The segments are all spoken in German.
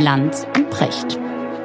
Lanz und Precht.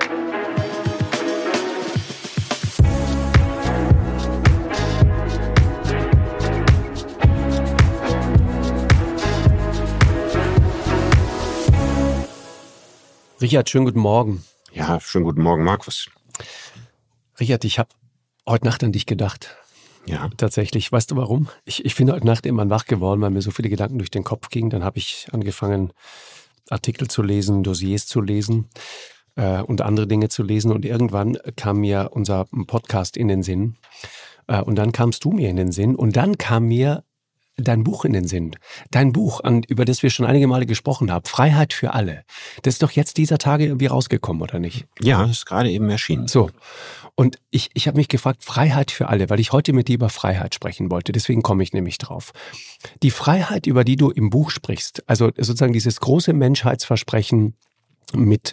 Richard, schönen guten Morgen. Ja, schönen guten Morgen, Markus. Richard, ich habe heute Nacht an dich gedacht. Ja. Tatsächlich. Weißt du warum? Ich bin heute Nacht immer wach geworden, weil mir so viele Gedanken durch den Kopf gingen. Dann habe ich angefangen, Artikel zu lesen, Dossiers zu lesen und andere Dinge zu lesen. Und irgendwann kam mir unser Podcast in den Sinn. Und dann kamst du mir in den Sinn. Und dann kam mir dein Buch in den Sinn. Dein Buch, über das wir schon einige Male gesprochen haben. Freiheit für alle. Das ist doch jetzt dieser Tage irgendwie rausgekommen, oder nicht? Ja, ist gerade eben erschienen. So. Und ich habe mich gefragt, Freiheit für alle, weil ich heute mit dir über Freiheit sprechen wollte. Deswegen komme ich nämlich drauf. Die Freiheit, über die du im Buch sprichst, also sozusagen dieses große Menschheitsversprechen mit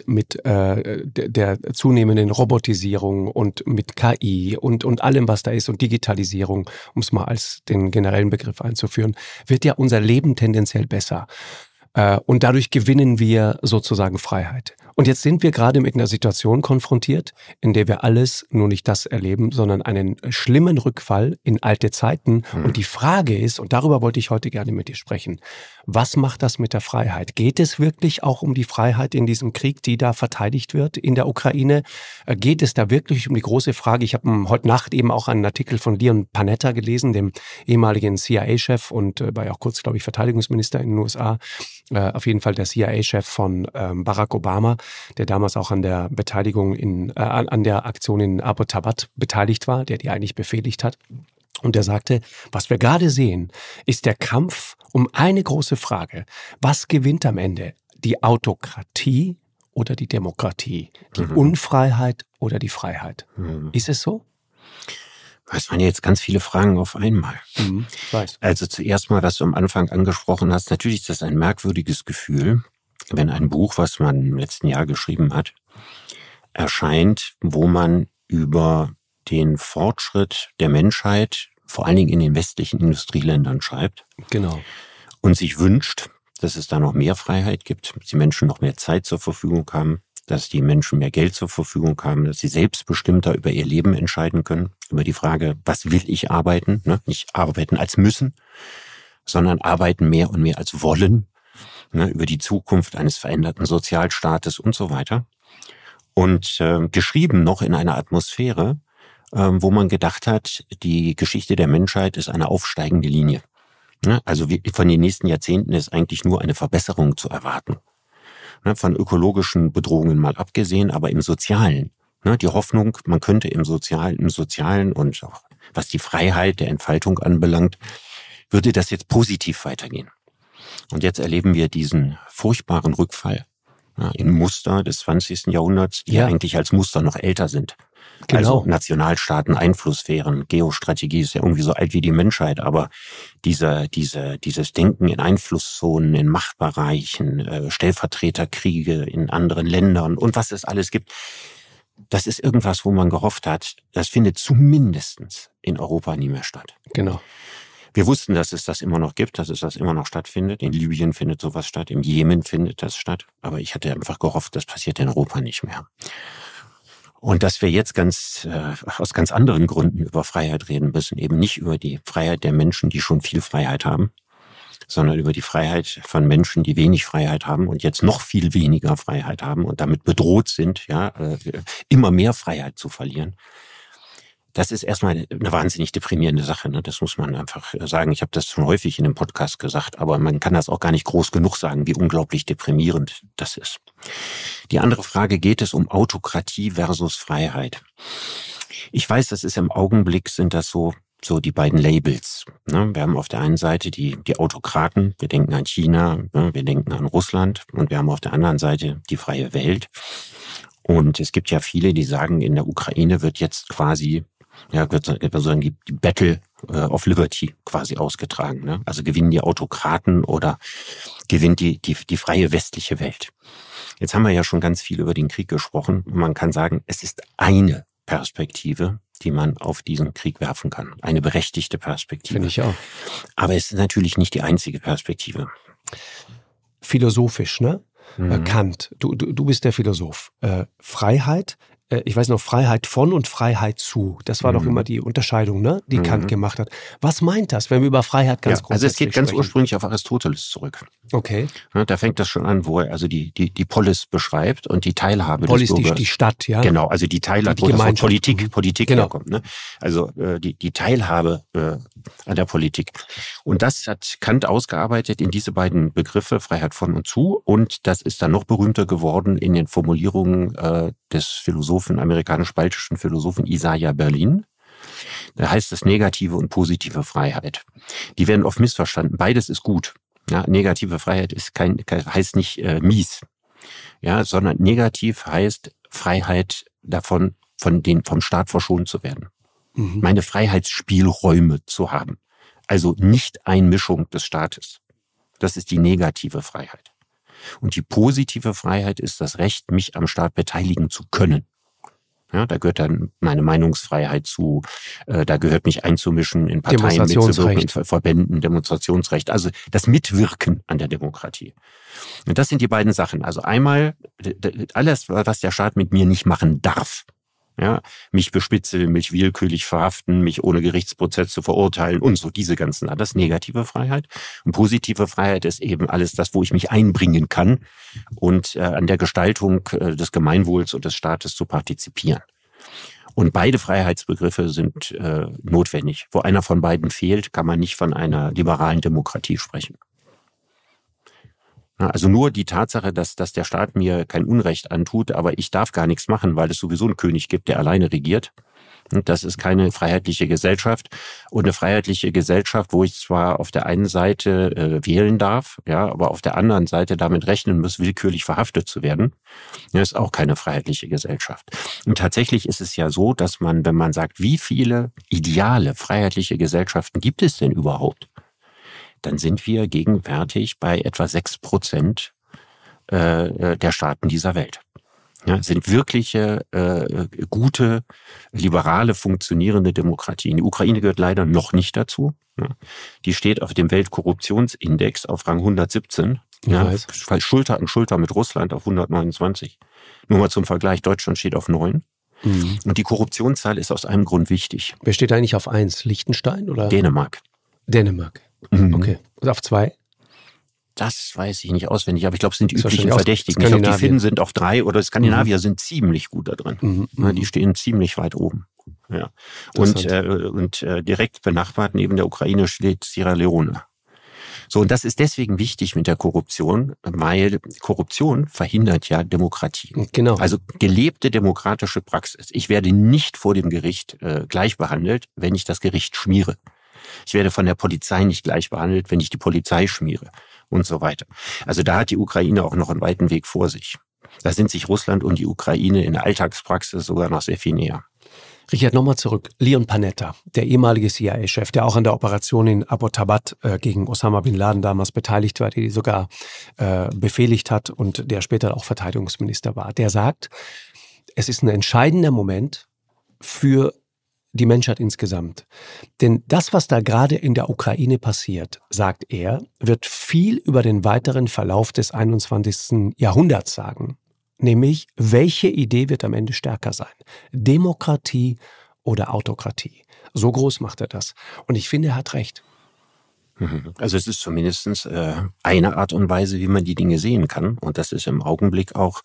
der zunehmenden Robotisierung und mit KI und allem, was da ist und Digitalisierung, um es mal als den generellen Begriff einzuführen, wird ja unser Leben tendenziell besser. Und dadurch gewinnen wir sozusagen Freiheit. Und jetzt sind wir gerade mit einer Situation konfrontiert, in der wir alles nur nicht das erleben, sondern einen schlimmen Rückfall in alte Zeiten. Und die Frage ist, und darüber wollte ich heute gerne mit dir sprechen, was macht das mit der Freiheit? Geht es wirklich auch um die Freiheit in diesem Krieg, die da verteidigt wird in der Ukraine? Geht es da wirklich um die große Frage? Ich habe heute Nacht eben auch einen Artikel von Leon Panetta gelesen, dem ehemaligen CIA-Chef und war ja auch kurz, glaube ich, Verteidigungsminister in den USA. Auf jeden Fall der CIA-Chef von Barack Obama, der damals auch an der Beteiligung an der Aktion in Abbottabad beteiligt war, der die eigentlich befehligt hat. Und er sagte, was wir gerade sehen, ist der Kampf um eine große Frage. Was gewinnt am Ende? Die Autokratie oder die Demokratie? Die Unfreiheit oder die Freiheit? Ist es so? Das waren ja jetzt ganz viele Fragen auf einmal. Ich weiß. Also zuerst mal, was du am Anfang angesprochen hast, natürlich ist das ein merkwürdiges Gefühl, wenn ein Buch, was man im letzten Jahr geschrieben hat, erscheint, wo man über den Fortschritt der Menschheit, vor allen Dingen in den westlichen Industrieländern, schreibt. Genau. Und sich wünscht, dass es da noch mehr Freiheit gibt, dass die Menschen noch mehr Zeit zur Verfügung haben, dass die Menschen mehr Geld zur Verfügung haben, dass sie selbstbestimmter über ihr Leben entscheiden können, über die Frage, was will ich arbeiten, ne? Nicht arbeiten als müssen, sondern arbeiten mehr und mehr als wollen, ne? Über die Zukunft eines veränderten Sozialstaates und so weiter. Und geschrieben noch in einer Atmosphäre, wo man gedacht hat, die Geschichte der Menschheit ist eine aufsteigende Linie. Ne? Also von den nächsten Jahrzehnten ist eigentlich nur eine Verbesserung zu erwarten. Ne? Von ökologischen Bedrohungen mal abgesehen, aber im Sozialen. Ne? Die Hoffnung, man könnte im Sozialen und auch was die Freiheit der Entfaltung anbelangt, würde das jetzt positiv weitergehen. Und jetzt erleben wir diesen furchtbaren Rückfall in Muster des 20. Jahrhunderts, die ja eigentlich als Muster noch älter sind. Genau. Also Nationalstaaten, Einflusssphären, Geostrategie ist ja irgendwie so alt wie die Menschheit, aber dieses Denken in Einflusszonen, in Machtbereichen, Stellvertreterkriege in anderen Ländern und was es alles gibt, das ist irgendwas, wo man gehofft hat, das findet zumindest in Europa nie mehr statt. Genau. Wir wussten, dass es das immer noch gibt, dass es das immer noch stattfindet. In Libyen findet sowas statt, im Jemen findet das statt. Aber ich hatte einfach gehofft, das passiert in Europa nicht mehr. Und dass wir jetzt aus ganz anderen Gründen über Freiheit reden müssen, eben nicht über die Freiheit der Menschen, die schon viel Freiheit haben, sondern über die Freiheit von Menschen, die wenig Freiheit haben und jetzt noch viel weniger Freiheit haben und damit bedroht sind, immer mehr Freiheit zu verlieren. Das ist erstmal eine wahnsinnig deprimierende Sache, ne? Das muss man einfach sagen. Ich habe das schon häufig in dem Podcast gesagt, aber man kann das auch gar nicht groß genug sagen, wie unglaublich deprimierend das ist. Die andere Frage, geht es um Autokratie versus Freiheit? Ich weiß, das ist im Augenblick, sind das so die beiden Labels. Ne? Wir haben auf der einen Seite die Autokraten, wir denken an China, ne? Wir denken an Russland und wir haben auf der anderen Seite die freie Welt. Und es gibt ja viele, die sagen, in der Ukraine wird jetzt quasi die Battle of Liberty quasi ausgetragen. Ne? Also gewinnen die Autokraten oder gewinnt die freie westliche Welt. Jetzt haben wir ja schon ganz viel über den Krieg gesprochen. Und man kann sagen, es ist eine Perspektive, die man auf diesen Krieg werfen kann. Eine berechtigte Perspektive. Finde ich auch. Aber es ist natürlich nicht die einzige Perspektive. Philosophisch, ne? Kant, du bist der Philosoph. Freiheit, ich weiß noch, Freiheit von und Freiheit zu. Das war doch immer die Unterscheidung, ne, die Kant gemacht hat. Was meint das, wenn wir über Freiheit ganz grundsätzlich Also es geht ganz sprechen? ursprünglich auf Aristoteles zurück. Okay. Da fängt das schon an, wo er also die Polis beschreibt und die Teilhabe Polis, des Bürgers. die Stadt, ja. Genau, also die Teilhabe, wo das Wort Politik genau. herkommt. Ne? Also die Teilhabe an der Politik. Und das hat Kant ausgearbeitet in diese beiden Begriffe, Freiheit von und zu. Und das ist dann noch berühmter geworden in den Formulierungen des Philosophen, amerikanisch-baltischen Philosophen Isaiah Berlin. Da heißt es negative und positive Freiheit. Die werden oft missverstanden. Beides ist gut. Ja, negative Freiheit ist heißt nicht mies, ja, sondern negativ heißt Freiheit davon, vom Staat verschont zu werden. Meine Freiheitsspielräume zu haben. Also Nicht-Einmischung des Staates. Das ist die negative Freiheit. Und die positive Freiheit ist das Recht, mich am Staat beteiligen zu können. Ja, da gehört dann meine Meinungsfreiheit zu, da gehört mich einzumischen in Parteien, mitzuwirken, in Verbänden, Demonstrationsrecht, also das Mitwirken an der Demokratie. Und das sind die beiden Sachen. Also einmal alles, was der Staat mit mir nicht machen darf. Ja, mich bespitzeln, mich willkürlich verhaften, mich ohne Gerichtsprozess zu verurteilen und so diese ganzen, das negative Freiheit. Und positive Freiheit ist eben alles das, wo ich mich einbringen kann und an der Gestaltung des Gemeinwohls und des Staates zu partizipieren. Und beide Freiheitsbegriffe sind notwendig. Wo einer von beiden fehlt, kann man nicht von einer liberalen Demokratie sprechen. Also nur die Tatsache, dass der Staat mir kein Unrecht antut, aber ich darf gar nichts machen, weil es sowieso einen König gibt, der alleine regiert. Und das ist keine freiheitliche Gesellschaft. Und eine freiheitliche Gesellschaft, wo ich zwar auf der einen Seite wählen darf, ja, aber auf der anderen Seite damit rechnen muss, willkürlich verhaftet zu werden, ist auch keine freiheitliche Gesellschaft. Und tatsächlich ist es ja so, dass man, wenn man sagt, wie viele ideale freiheitliche Gesellschaften gibt es denn überhaupt, dann sind wir gegenwärtig bei etwa 6% der Staaten dieser Welt. Ja, sind wirkliche, gute, liberale, funktionierende Demokratien. Die Ukraine gehört leider noch nicht dazu. Ja. Die steht auf dem Weltkorruptionsindex auf Rang 117. Ja, Schulter an Schulter mit Russland auf 129. Nur mal zum Vergleich, Deutschland steht auf 9. Und die Korruptionszahl ist aus einem Grund wichtig. Wer steht eigentlich auf 1? Liechtenstein oder? Dänemark. Okay. Und auf 2? Das weiß ich nicht auswendig, aber ich glaube, es sind die üblichen Verdächtigen. Ich glaube, die Finnen sind auf 3 oder Skandinavier sind ziemlich gut da drin. Die stehen ziemlich weit oben. Ja. Und direkt benachbart neben der Ukraine steht Sierra Leone. So, und das ist deswegen wichtig mit der Korruption, weil Korruption verhindert ja Demokratie. Genau. Also gelebte demokratische Praxis. Ich werde nicht vor dem Gericht gleich behandelt, wenn ich das Gericht schmiere. Ich werde von der Polizei nicht gleich behandelt, wenn ich die Polizei schmiere und so weiter. Also da hat die Ukraine auch noch einen weiten Weg vor sich. Da sind sich Russland und die Ukraine in der Alltagspraxis sogar noch sehr viel näher. Richard, nochmal zurück. Leon Panetta, der ehemalige CIA-Chef, der auch an der Operation in Abbottabad gegen Osama Bin Laden damals beteiligt war, die sogar befehligt hat und der später auch Verteidigungsminister war, der sagt, es ist ein entscheidender Moment für die Menschheit insgesamt. Denn das, was da gerade in der Ukraine passiert, sagt er, wird viel über den weiteren Verlauf des 21. Jahrhunderts sagen. Nämlich, welche Idee wird am Ende stärker sein? Demokratie oder Autokratie? So groß macht er das. Und ich finde, er hat recht. Also es ist zumindest eine Art und Weise, wie man die Dinge sehen kann. Und das ist im Augenblick auch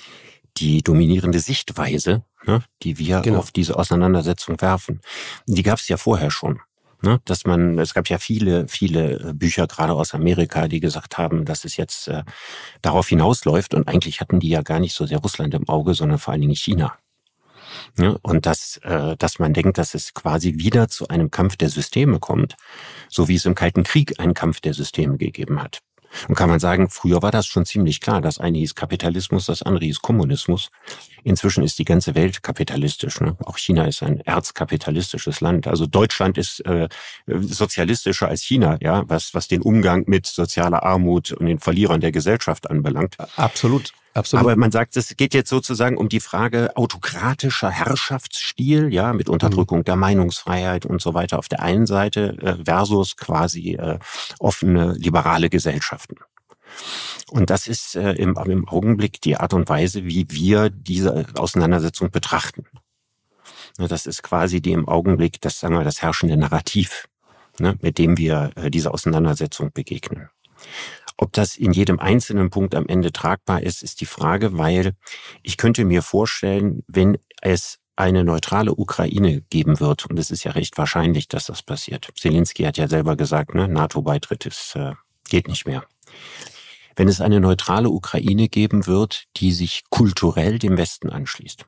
die dominierende Sichtweise, ne, die wir auf diese Auseinandersetzung werfen. Die gab es ja vorher schon. Ne, es gab ja viele Bücher, gerade aus Amerika, die gesagt haben, dass es jetzt darauf hinausläuft. Und eigentlich hatten die ja gar nicht so sehr Russland im Auge, sondern vor allen Dingen China. Ja, und dass man denkt, dass es quasi wieder zu einem Kampf der Systeme kommt, so wie es im Kalten Krieg einen Kampf der Systeme gegeben hat. Und kann man sagen, früher war das schon ziemlich klar. Das eine hieß Kapitalismus, das andere hieß Kommunismus. Inzwischen ist die ganze Welt kapitalistisch. Ne? Auch China ist ein erzkapitalistisches Land. Also Deutschland ist sozialistischer als China, ja, was den Umgang mit sozialer Armut und den Verlierern der Gesellschaft anbelangt. Absolut. Absolut. Aber man sagt, es geht jetzt sozusagen um die Frage autokratischer Herrschaftsstil, ja, mit Unterdrückung der Meinungsfreiheit und so weiter auf der einen Seite versus quasi offene liberale Gesellschaften. Und das ist im Augenblick die Art und Weise, wie wir diese Auseinandersetzung betrachten. Das ist quasi die im Augenblick, das herrschende Narrativ, mit dem wir dieser Auseinandersetzung begegnen. Ob das in jedem einzelnen Punkt am Ende tragbar ist, ist die Frage, weil ich könnte mir vorstellen, wenn es eine neutrale Ukraine geben wird, und es ist ja recht wahrscheinlich, dass das passiert. Zelensky hat ja selber gesagt, NATO-Beitritt geht nicht mehr. Wenn es eine neutrale Ukraine geben wird, die sich kulturell dem Westen anschließt,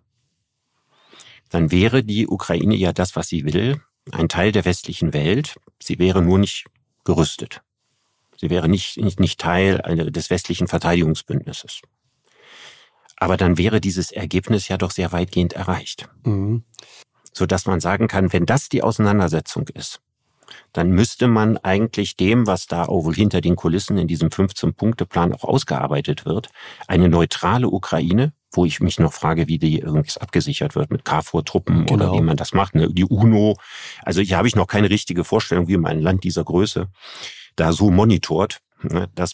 dann wäre die Ukraine ja das, was sie will, ein Teil der westlichen Welt. Sie wäre nur nicht gerüstet. Sie wäre nicht Teil des westlichen Verteidigungsbündnisses. Aber dann wäre dieses Ergebnis ja doch sehr weitgehend erreicht. Mhm. Sodass man sagen kann, wenn das die Auseinandersetzung ist, dann müsste man eigentlich dem, was da auch wohl hinter den Kulissen in diesem 15-Punkte-Plan auch ausgearbeitet wird, eine neutrale Ukraine, wo ich mich noch frage, wie die irgendwie abgesichert wird mit KFOR-Truppen oder wie man das macht, die UNO. Also hier habe ich noch keine richtige Vorstellung, wie man ein Land dieser Größe da so monitort, da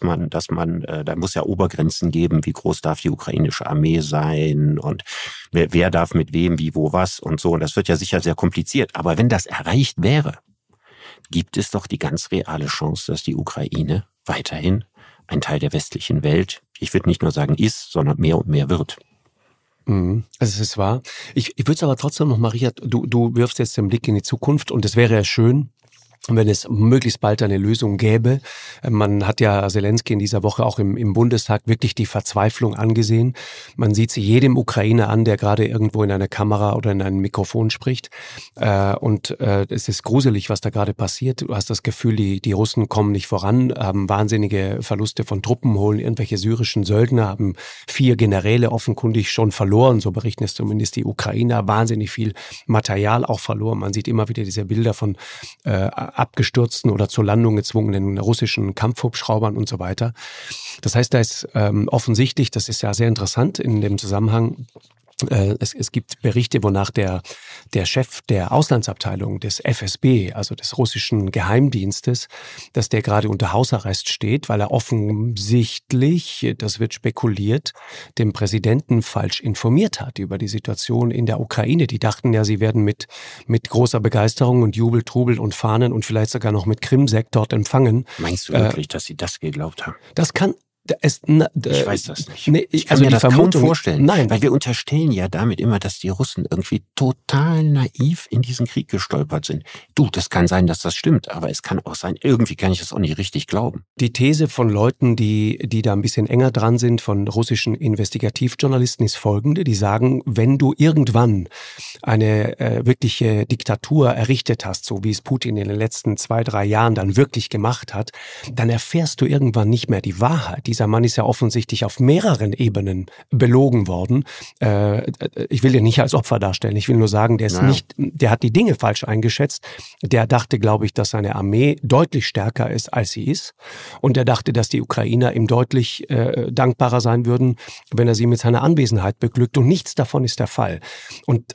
muss ja Obergrenzen geben, wie groß darf die ukrainische Armee sein und wer darf mit wem, wie, wo, was und so. Und das wird ja sicher sehr kompliziert. Aber wenn das erreicht wäre, gibt es doch die ganz reale Chance, dass die Ukraine weiterhin ein Teil der westlichen Welt, ich würde nicht nur sagen ist, sondern mehr und mehr wird. Also es ist wahr. Ich würde es aber trotzdem noch, Maria, du wirfst jetzt den Blick in die Zukunft und es wäre ja schön, wenn es möglichst bald eine Lösung gäbe. Man hat ja Zelensky in dieser Woche auch im Bundestag wirklich die Verzweiflung angesehen. Man sieht sie jedem Ukrainer an, der gerade irgendwo in einer Kamera oder in einem Mikrofon spricht. Und es ist gruselig, was da gerade passiert. Du hast das Gefühl, die Russen kommen nicht voran, haben wahnsinnige Verluste von Truppen, holen irgendwelche syrischen Söldner, haben 4 Generäle offenkundig schon verloren. So berichten es zumindest die Ukrainer. Wahnsinnig viel Material auch verloren. Man sieht immer wieder diese Bilder von abgestürzten oder zur Landung gezwungenen russischen Kampfhubschraubern und so weiter. Das heißt, da ist offensichtlich, das ist ja sehr interessant in dem Zusammenhang, es gibt Berichte, wonach der Chef der Auslandsabteilung des FSB, also des russischen Geheimdienstes, dass der gerade unter Hausarrest steht, weil er offensichtlich, das wird spekuliert, den Präsidenten falsch informiert hat über die Situation in der Ukraine. Die dachten ja, sie werden mit großer Begeisterung und Jubel, Trubel und Fahnen und vielleicht sogar noch mit Krimsekt dort empfangen. Meinst du wirklich, dass sie das geglaubt haben? Das kann... Ich weiß das nicht. Ich kann mir das kaum vorstellen. Nein. Weil wir unterstellen ja damit immer, dass die Russen irgendwie total naiv in diesen Krieg gestolpert sind. Das kann sein, dass das stimmt, aber es kann auch sein, irgendwie kann ich das auch nicht richtig glauben. Die These von Leuten, die da ein bisschen enger dran sind, von russischen Investigativjournalisten, ist folgende. Die sagen, wenn du irgendwann eine wirkliche Diktatur errichtet hast, so wie es Putin in den letzten 2-3 Jahren dann wirklich gemacht hat, dann erfährst du irgendwann nicht mehr die Wahrheit. Dieser Mann ist ja offensichtlich auf mehreren Ebenen belogen worden. Ich will den nicht als Opfer darstellen. Ich will nur sagen, der hat die Dinge falsch eingeschätzt. Der dachte, glaube ich, dass seine Armee deutlich stärker ist, als sie ist. Und er dachte, dass die Ukrainer ihm deutlich dankbarer sein würden, wenn er sie mit seiner Anwesenheit beglückt. Und nichts davon ist der Fall. Und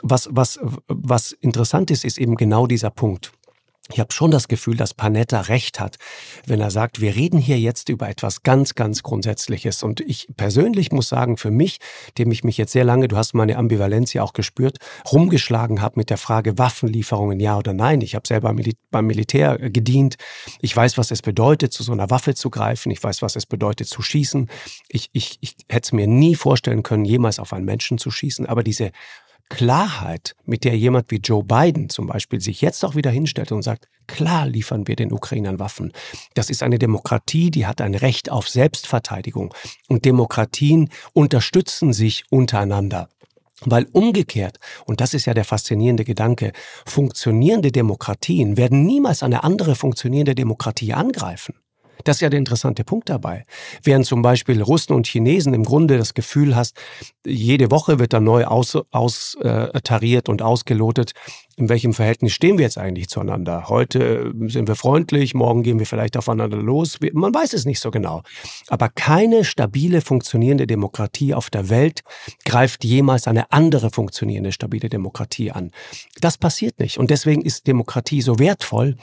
was interessant ist, ist eben genau dieser Punkt. Ich habe schon das Gefühl, dass Panetta recht hat, wenn er sagt, wir reden hier jetzt über etwas ganz, ganz Grundsätzliches. Und ich persönlich muss sagen, für mich, dem ich mich jetzt sehr lange, du hast meine Ambivalenz ja auch gespürt, rumgeschlagen habe mit der Frage Waffenlieferungen, ja oder nein. Ich habe selber beim Militär gedient. Ich weiß, was es bedeutet, zu so einer Waffe zu greifen. Ich weiß, was es bedeutet, zu schießen. Ich hätte es mir nie vorstellen können, jemals auf einen Menschen zu schießen. Aber diese Klarheit, mit der jemand wie Joe Biden zum Beispiel sich jetzt auch wieder hinstellt und sagt, klar liefern wir den Ukrainern Waffen. Das ist eine Demokratie, die hat ein Recht auf Selbstverteidigung. Und Demokratien unterstützen sich untereinander. Weil umgekehrt, und das ist ja der faszinierende Gedanke, funktionierende Demokratien werden niemals eine andere funktionierende Demokratie angreifen. Das ist ja der interessante Punkt dabei. Während zum Beispiel Russen und Chinesen im Grunde das Gefühl hast, jede Woche wird da neu austariert und ausgelotet, in welchem Verhältnis stehen wir jetzt eigentlich zueinander. Heute sind wir freundlich, morgen gehen wir vielleicht aufeinander los. Man weiß es nicht so genau. Aber keine stabile, funktionierende Demokratie auf der Welt greift jemals eine andere funktionierende, stabile Demokratie an. Das passiert nicht. Und deswegen ist Demokratie so wertvoll,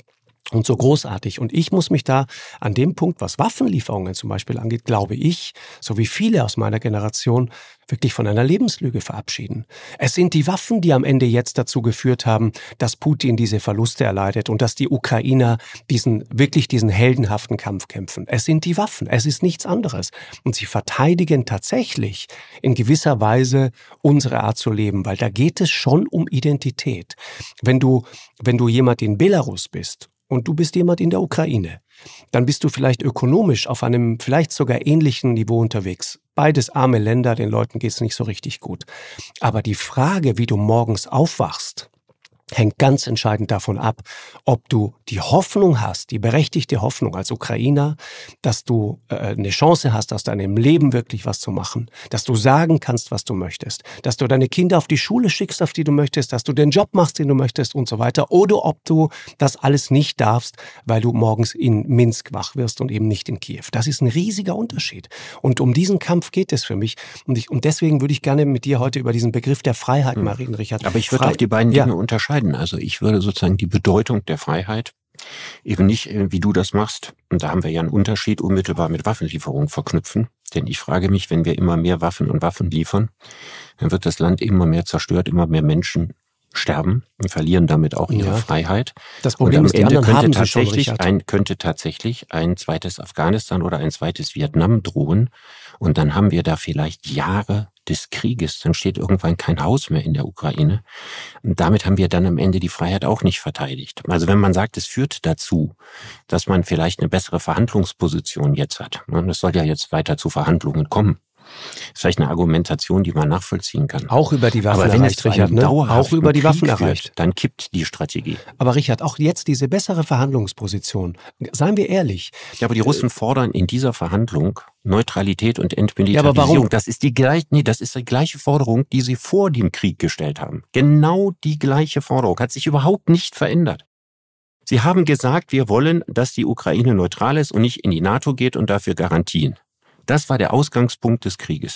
und so großartig. Und ich muss mich da an dem Punkt, was Waffenlieferungen zum Beispiel angeht, glaube ich, so wie viele aus meiner Generation, wirklich von einer Lebenslüge verabschieden. Es sind die Waffen, die am Ende jetzt dazu geführt haben, dass Putin diese Verluste erleidet und dass die Ukrainer diesen heldenhaften Kampf kämpfen. Es sind die Waffen, es ist nichts anderes. Und sie verteidigen tatsächlich in gewisser Weise unsere Art zu leben, weil da geht es schon um Identität. Wenn du jemand in Belarus bist und du bist jemand in der Ukraine, dann bist du vielleicht ökonomisch auf einem vielleicht sogar ähnlichen Niveau unterwegs. Beides arme Länder, den Leuten geht's nicht so richtig gut. Aber die Frage, wie du morgens aufwachst, hängt ganz entscheidend davon ab, ob du die Hoffnung hast, die berechtigte Hoffnung als Ukrainer, dass du eine Chance hast, aus deinem Leben wirklich was zu machen, dass du sagen kannst, was du möchtest, dass du deine Kinder auf die Schule schickst, auf die du möchtest, dass du den Job machst, den du möchtest und so weiter, oder ob du das alles nicht darfst, weil du morgens in Minsk wach wirst und eben nicht in Kiew. Das ist ein riesiger Unterschied. Und um diesen Kampf geht es für mich. Und deswegen würde ich gerne mit dir heute über diesen Begriff der Freiheit mal reden, Richard. Aber ich würde auch die beiden Dinge unterscheiden. Also ich würde sozusagen die Bedeutung der Freiheit eben nicht, wie du das machst, und da haben wir ja einen Unterschied, unmittelbar mit Waffenlieferungen verknüpfen. Denn ich frage mich, wenn wir immer mehr Waffen und Waffen liefern, dann wird das Land immer mehr zerstört, immer mehr Menschen sterben und verlieren damit auch ihre Freiheit. Das Problem ist, die anderen haben sie schon, Richard. Könnte tatsächlich ein zweites Afghanistan oder ein zweites Vietnam drohen. Und dann haben wir da vielleicht Jahre des Krieges. Dann steht irgendwann kein Haus mehr in der Ukraine. Und damit haben wir dann am Ende die Freiheit auch nicht verteidigt. Also wenn man sagt, es führt dazu, dass man vielleicht eine bessere Verhandlungsposition jetzt hat. Und es soll ja jetzt weiter zu Verhandlungen kommen. Das ist vielleicht eine Argumentation, die man nachvollziehen kann. Auch über die Waffen erreicht, Richard. Auch über die Waffen erreicht. Dann kippt die Strategie. Aber Richard, auch jetzt diese bessere Verhandlungsposition. Seien wir ehrlich. Ja, aber die Russen fordern in dieser Verhandlung Neutralität und Entmilitarisierung. Ja, aber warum? Das ist die gleiche Forderung, die sie vor dem Krieg gestellt haben. Genau die gleiche Forderung. Hat sich überhaupt nicht verändert. Sie haben gesagt, wir wollen, dass die Ukraine neutral ist und nicht in die NATO geht und dafür Garantien. Das war der Ausgangspunkt des Krieges.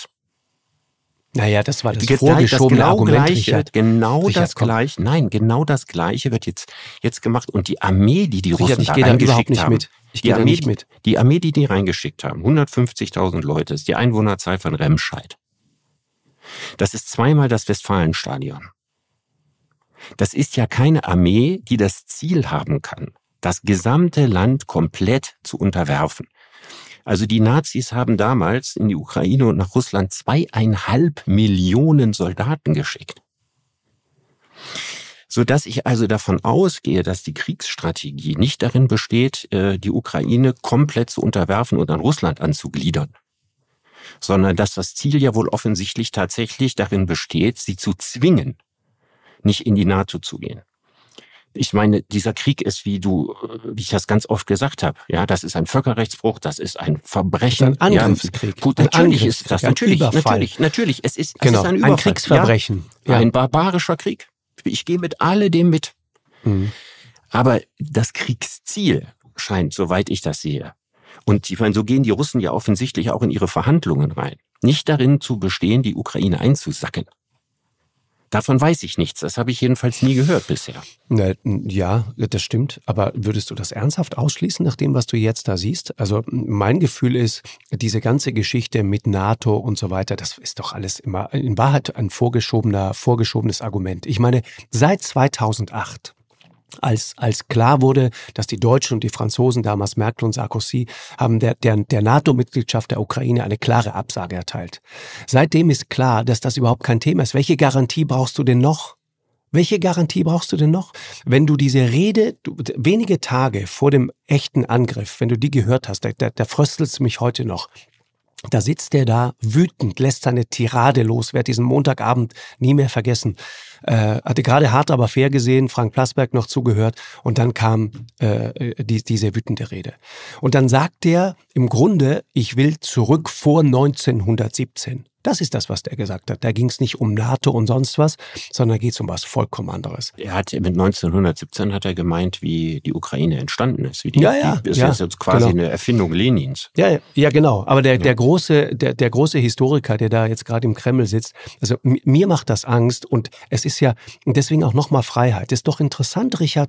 Naja, das war das vorgeschobene Argument, Richard. Genau das Gleiche wird jetzt gemacht. Und die Armee, die Russen da reingeschickt haben, die Armee, die reingeschickt haben, 150.000 Leute, ist die Einwohnerzahl von Remscheid. Das ist zweimal das Westfalenstadion. Das ist ja keine Armee, die das Ziel haben kann, das gesamte Land komplett zu unterwerfen. Also die Nazis haben damals in die Ukraine und nach Russland 2,5 Millionen Soldaten geschickt. Sodass ich also davon ausgehe, dass die Kriegsstrategie nicht darin besteht, die Ukraine komplett zu unterwerfen und an Russland anzugliedern, sondern dass das Ziel ja wohl offensichtlich tatsächlich darin besteht, sie zu zwingen, nicht in die NATO zu gehen. Ich meine, dieser Krieg ist, wie ich das ganz oft gesagt habe, ja, das ist ein Völkerrechtsbruch, das ist ein Verbrechen. Das ist ein Angriffskrieg. Ja, gut, natürlich ist das, natürlich, es ist ein Überfall. Ein Kriegsverbrechen. Ja, ein barbarischer Krieg. Ich gehe mit alledem mit. Mhm. Aber das Kriegsziel scheint, soweit ich das sehe, und ich meine, so gehen die Russen ja offensichtlich auch in ihre Verhandlungen rein, nicht darin zu bestehen, die Ukraine einzusacken. Davon weiß ich nichts. Das habe ich jedenfalls nie gehört bisher. Ja, das stimmt. Aber würdest du das ernsthaft ausschließen, nach dem, was du jetzt da siehst? Also mein Gefühl ist, diese ganze Geschichte mit NATO und so weiter, das ist doch alles immer in Wahrheit ein vorgeschobenes Argument. Ich meine, seit 2008, als klar wurde, dass die Deutschen und die Franzosen, damals Merkel und Sarkozy, haben der NATO-Mitgliedschaft der Ukraine eine klare Absage erteilt. Seitdem ist klar, dass das überhaupt kein Thema ist. Welche Garantie brauchst du denn noch? Wenn du diese Rede, wenige Tage vor dem echten Angriff, wenn du die gehört hast, da fröstelt's mich heute noch. Da sitzt er da wütend, lässt seine Tirade los, werde diesen Montagabend nie mehr vergessen. Hatte gerade Hart aber fair gesehen, Frank Plasberg noch zugehört und dann kam diese wütende Rede. Und dann sagt er im Grunde, ich will zurück vor 1917. Das ist das, was der gesagt hat. Da ging es nicht um NATO und sonst was, sondern geht es um was vollkommen anderes. Mit 1917 hat er gemeint, wie die Ukraine entstanden ist. Das ist jetzt quasi eine Erfindung Lenins. Ja, genau. Aber der große Historiker, der da jetzt gerade im Kreml sitzt, also mir macht das Angst und es ist ja deswegen auch nochmal Freiheit. Das ist doch interessant, Richard,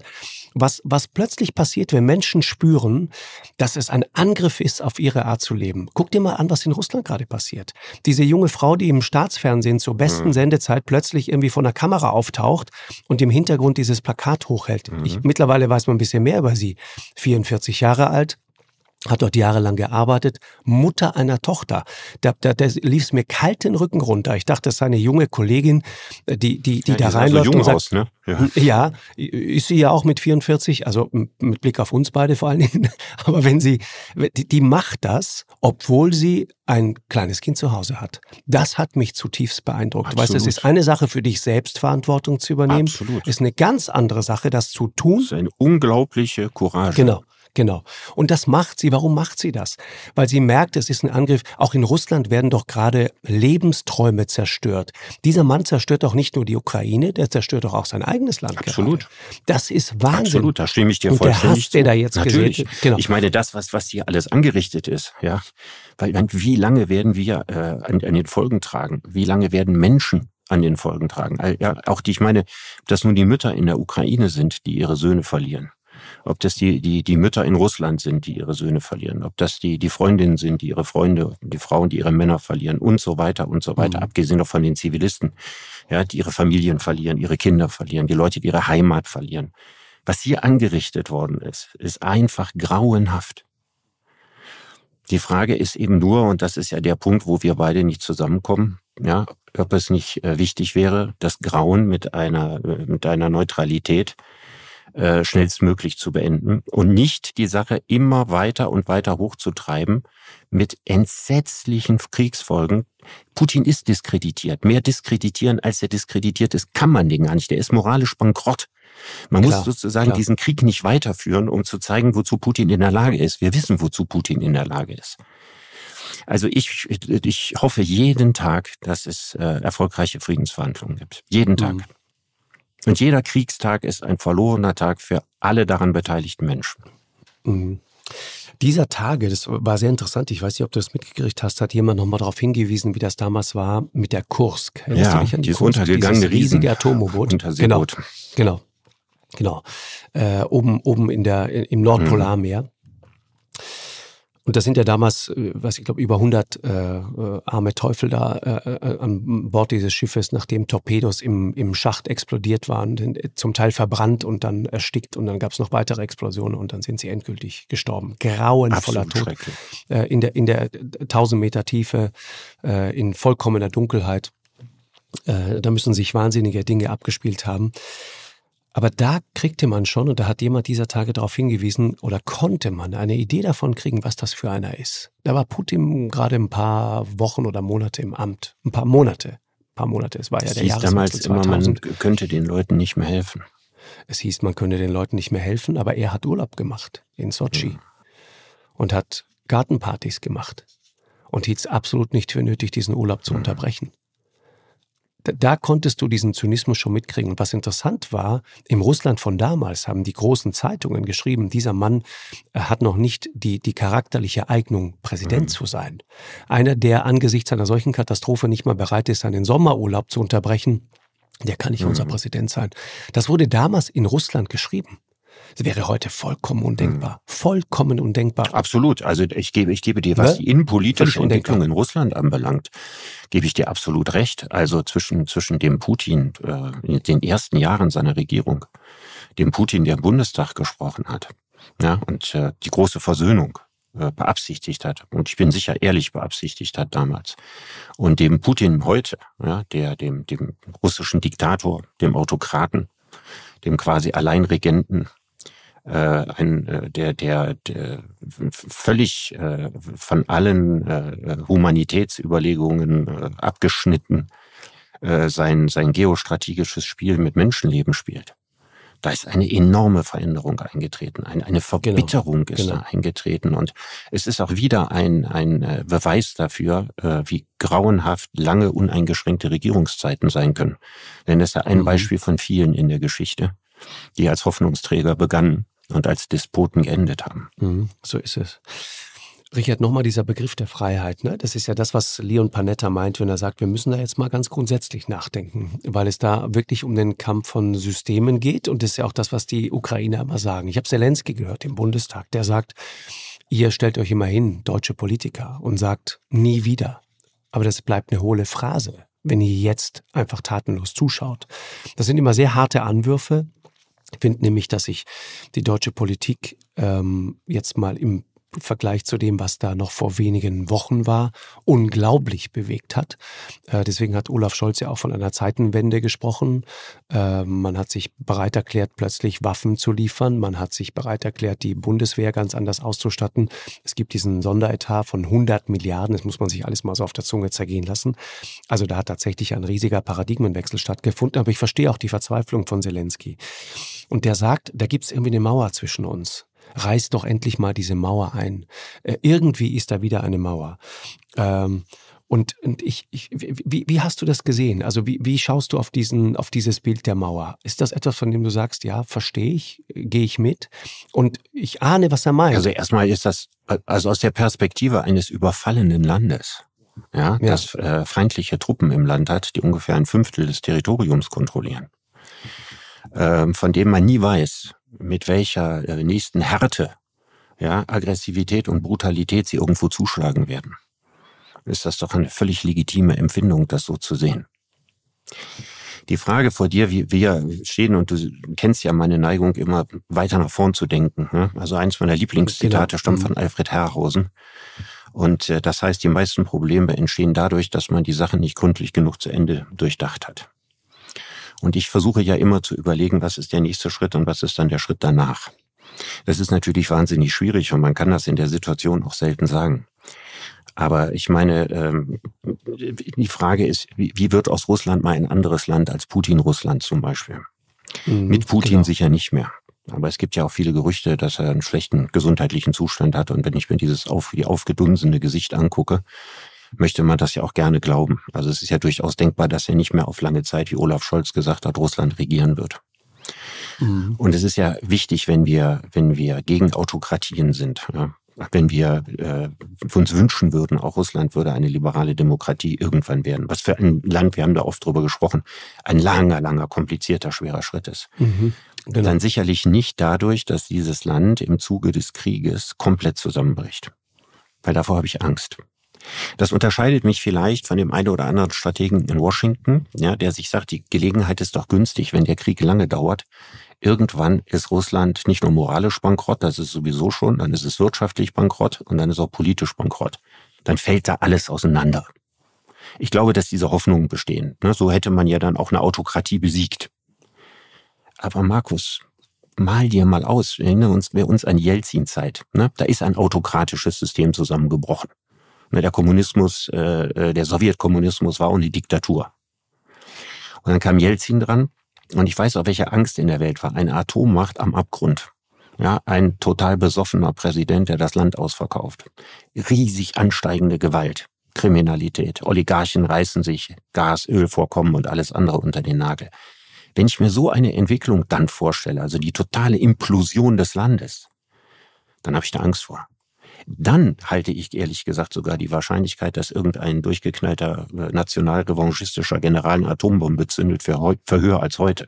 was plötzlich passiert, wenn Menschen spüren, dass es ein Angriff ist auf ihre Art zu leben. Guck dir mal an, was in Russland gerade passiert. Diese junge Frau, die im Staatsfernsehen zur besten Sendezeit plötzlich irgendwie vor einer Kamera auftaucht und im Hintergrund dieses Plakat hochhält. Mittlerweile weiß man ein bisschen mehr über sie. 44 Jahre alt. Hat dort jahrelang gearbeitet, Mutter einer Tochter. Da lief es mir kalt den Rücken runter. Ich dachte, das sei eine junge Kollegin, die da reinläuft so jung und sagt, aus, ne? Ja, ist sie ja auch mit 44, also mit Blick auf uns beide vor allen Dingen. Aber die macht das, obwohl sie ein kleines Kind zu Hause hat. Das hat mich zutiefst beeindruckt. Absolut. Weißt du, es ist eine Sache für dich selbst, Verantwortung zu übernehmen. Absolut. Ist eine ganz andere Sache, das zu tun. Das ist eine unglaubliche Courage. Genau. Und das macht sie. Warum macht sie das? Weil sie merkt, es ist ein Angriff. Auch in Russland werden doch gerade Lebensträume zerstört. Dieser Mann zerstört doch nicht nur die Ukraine, der zerstört doch auch sein eigenes Land. Absolut. Gerade. Das ist Wahnsinn. Absolut, da stimme ich dir und vollständig der Hass, zu. der da jetzt Natürlich. gesät wird. Genau. Ich meine, das, was hier alles angerichtet ist, ja. Weil, wie lange werden wir an den Folgen tragen? Wie lange werden Menschen an den Folgen tragen? Ja, auch ich meine, dass nun die Mütter in der Ukraine sind, die ihre Söhne verlieren. Ob das die Mütter in Russland sind, die ihre Söhne verlieren. Ob das die Freundinnen sind, die ihre Freunde, die Frauen, die ihre Männer verlieren und so weiter und so weiter. Abgesehen noch von den Zivilisten, ja, die ihre Familien verlieren, ihre Kinder verlieren, die Leute, die ihre Heimat verlieren. Was hier angerichtet worden ist einfach grauenhaft. Die Frage ist eben nur, und das ist ja der Punkt, wo wir beide nicht zusammenkommen, ja, ob es nicht wichtig wäre, das Grauen mit einer Neutralität schnellstmöglich zu beenden und nicht die Sache immer weiter und weiter hochzutreiben mit entsetzlichen Kriegsfolgen. Putin ist diskreditiert. Mehr diskreditieren, als er diskreditiert ist, kann man den gar nicht. Der ist moralisch bankrott. Man muss sozusagen diesen Krieg nicht weiterführen, um zu zeigen, wozu Putin in der Lage ist. Wir wissen, wozu Putin in der Lage ist. Also ich hoffe jeden Tag, dass es erfolgreiche Friedensverhandlungen gibt. Jeden Tag. Und jeder Kriegstag ist ein verlorener Tag für alle daran beteiligten Menschen. Dieser Tage, das war sehr interessant, ich weiß nicht, ob du das mitgekriegt hast, hat jemand nochmal darauf hingewiesen, wie das damals war mit der Kursk. Erinnerst du dich an die Kursk? Untergegangene riesige Atom-U-Boot. Unterseeboot. Genau. Oben im Nordpolarmeer. Und da sind ja damals, ich glaube, über 100 arme Teufel da an Bord dieses Schiffes, nachdem Torpedos im Schacht explodiert waren, zum Teil verbrannt und dann erstickt. Und dann gab es noch weitere Explosionen und dann sind sie endgültig gestorben. Grauenvoller Tod. In der 1000 Meter Tiefe, in vollkommener Dunkelheit. Da müssen sich wahnsinnige Dinge abgespielt haben. Aber da kriegte man schon, und da hat jemand dieser Tage darauf hingewiesen, oder konnte man eine Idee davon kriegen, was das für einer ist. Da war Putin gerade ein paar Wochen oder Monate im Amt. Ein paar Monate. Es war ja der Jahreswechsel damals 2000. Immer, man könnte den Leuten nicht mehr helfen. Es hieß, man könne den Leuten nicht mehr helfen, aber er hat Urlaub gemacht in Sotschi und hat Gartenpartys gemacht und hielt es absolut nicht für nötig, diesen Urlaub zu unterbrechen. Da konntest du diesen Zynismus schon mitkriegen. Und was interessant war, im Russland von damals haben die großen Zeitungen geschrieben, dieser Mann hat noch nicht die charakterliche Eignung, Präsident zu sein. Einer, der angesichts einer solchen Katastrophe nicht mal bereit ist, seinen Sommerurlaub zu unterbrechen, der kann nicht unser Präsident sein. Das wurde damals in Russland geschrieben. Das wäre heute vollkommen undenkbar. Vollkommen undenkbar. Absolut. Also ich gebe dir, was die innenpolitische Entwicklung in Russland anbelangt, gebe ich dir absolut recht. Also zwischen dem Putin in den ersten Jahren seiner Regierung, dem Putin, der im Bundestag gesprochen hat, ja, und die große Versöhnung beabsichtigt hat, und ich bin sicher ehrlich beabsichtigt hat damals, und dem Putin heute, ja, dem russischen Diktator, dem Autokraten, dem quasi Alleinregenten, der völlig von allen Humanitätsüberlegungen abgeschnitten sein geostrategisches Spiel mit Menschenleben spielt. Da ist eine enorme Veränderung eingetreten, eine Verbitterung ist da eingetreten, und es ist auch wieder ein Beweis dafür, wie grauenhaft lange uneingeschränkte Regierungszeiten sein können. Denn das ist ja ein Beispiel von vielen in der Geschichte, die als Hoffnungsträger begannen und als Despoten geendet haben. So ist es. Richard, nochmal dieser Begriff der Freiheit, ne? Das ist ja das, was Leon Panetta meint, wenn er sagt, wir müssen da jetzt mal ganz grundsätzlich nachdenken, weil es da wirklich um den Kampf von Systemen geht und das ist ja auch das, was die Ukrainer immer sagen. Ich habe Zelensky gehört im Bundestag, der sagt, ihr stellt euch immer hin, deutsche Politiker, und sagt, nie wieder. Aber das bleibt eine hohle Phrase, wenn ihr jetzt einfach tatenlos zuschaut. Das sind immer sehr harte Anwürfe. Ich finde nämlich, dass sich die deutsche Politik jetzt mal im Vergleich zu dem, was da noch vor wenigen Wochen war, unglaublich bewegt hat. Deswegen hat Olaf Scholz ja auch von einer Zeitenwende gesprochen. Man hat sich bereit erklärt, plötzlich Waffen zu liefern. Man hat sich bereit erklärt, die Bundeswehr ganz anders auszustatten. Es gibt diesen Sonderetat von 100 Milliarden. Das muss man sich alles mal so auf der Zunge zergehen lassen. Also da hat tatsächlich ein riesiger Paradigmenwechsel stattgefunden. Aber ich verstehe auch die Verzweiflung von Zelensky. Und der sagt, da gibt es irgendwie eine Mauer zwischen uns. Reiß doch endlich mal diese Mauer ein. Irgendwie ist da wieder eine Mauer. Wie hast du das gesehen? Also wie schaust du auf dieses Bild der Mauer? Ist das etwas, von dem du sagst, ja, verstehe ich, gehe ich mit? Und ich ahne, was er meint. Also erstmal ist das, also aus der Perspektive eines überfallenen Landes, ja. Das feindliche Truppen im Land hat, die ungefähr 1/5 des Territoriums kontrollieren, von dem man nie weiß, mit welcher nächsten Härte, ja, Aggressivität und Brutalität sie irgendwo zuschlagen werden. Ist das doch eine völlig legitime Empfindung, das so zu sehen. Die Frage vor dir, wie wir stehen, und du kennst ja meine Neigung, immer weiter nach vorn zu denken. Ne? Also eins meiner Lieblingszitate stammt von Alfred Herrhausen. Und das heißt, die meisten Probleme entstehen dadurch, dass man die Sachen nicht gründlich genug zu Ende durchdacht hat. Und ich versuche ja immer zu überlegen, was ist der nächste Schritt und was ist dann der Schritt danach. Das ist natürlich wahnsinnig schwierig und man kann das in der Situation auch selten sagen. Aber ich meine, die Frage ist, wie wird aus Russland mal ein anderes Land als Putin-Russland zum Beispiel? Mit Putin sicher nicht mehr. Aber es gibt ja auch viele Gerüchte, dass er einen schlechten gesundheitlichen Zustand hat. Und wenn ich mir dieses aufgedunsene Gesicht angucke, möchte man das ja auch gerne glauben. Also es ist ja durchaus denkbar, dass er nicht mehr auf lange Zeit, wie Olaf Scholz gesagt hat, Russland regieren wird. Und es ist ja wichtig, wenn wir gegen Autokratien sind, ja, wenn wir uns wünschen würden, auch Russland würde eine liberale Demokratie irgendwann werden. Was für ein Land, wir haben da oft drüber gesprochen, ein langer, komplizierter, schwerer Schritt ist. Genau. Dann sicherlich nicht dadurch, dass dieses Land im Zuge des Krieges komplett zusammenbricht. Weil davor habe ich Angst. Das unterscheidet mich vielleicht von dem einen oder anderen Strategen in Washington, ja, der sich sagt, die Gelegenheit ist doch günstig, wenn der Krieg lange dauert. Irgendwann ist Russland nicht nur moralisch bankrott, das ist sowieso schon, dann ist es wirtschaftlich bankrott und dann ist auch politisch bankrott. Dann fällt da alles auseinander. Ich glaube, dass diese Hoffnungen bestehen. So hätte man ja dann auch eine Autokratie besiegt. Aber Markus, mal dir mal aus, erinnern wir uns an Jelzin-Zeit. Da ist ein autokratisches System zusammengebrochen. Der Kommunismus, der Sowjetkommunismus war auch eine Diktatur. Und dann kam Jelzin dran und ich weiß auch, welche Angst in der Welt war. Eine Atommacht am Abgrund. Ja, ein total besoffener Präsident, der das Land ausverkauft. Riesig ansteigende Gewalt, Kriminalität. Oligarchen reißen sich Gas, Ölvorkommen und alles andere unter den Nagel. Wenn ich mir so eine Entwicklung dann vorstelle, also die totale Implosion des Landes, dann habe ich da Angst vor. Dann halte ich ehrlich gesagt sogar die Wahrscheinlichkeit, dass irgendein durchgeknallter nationalrevanchistischer General eine Atombombe zündet, für höher als heute.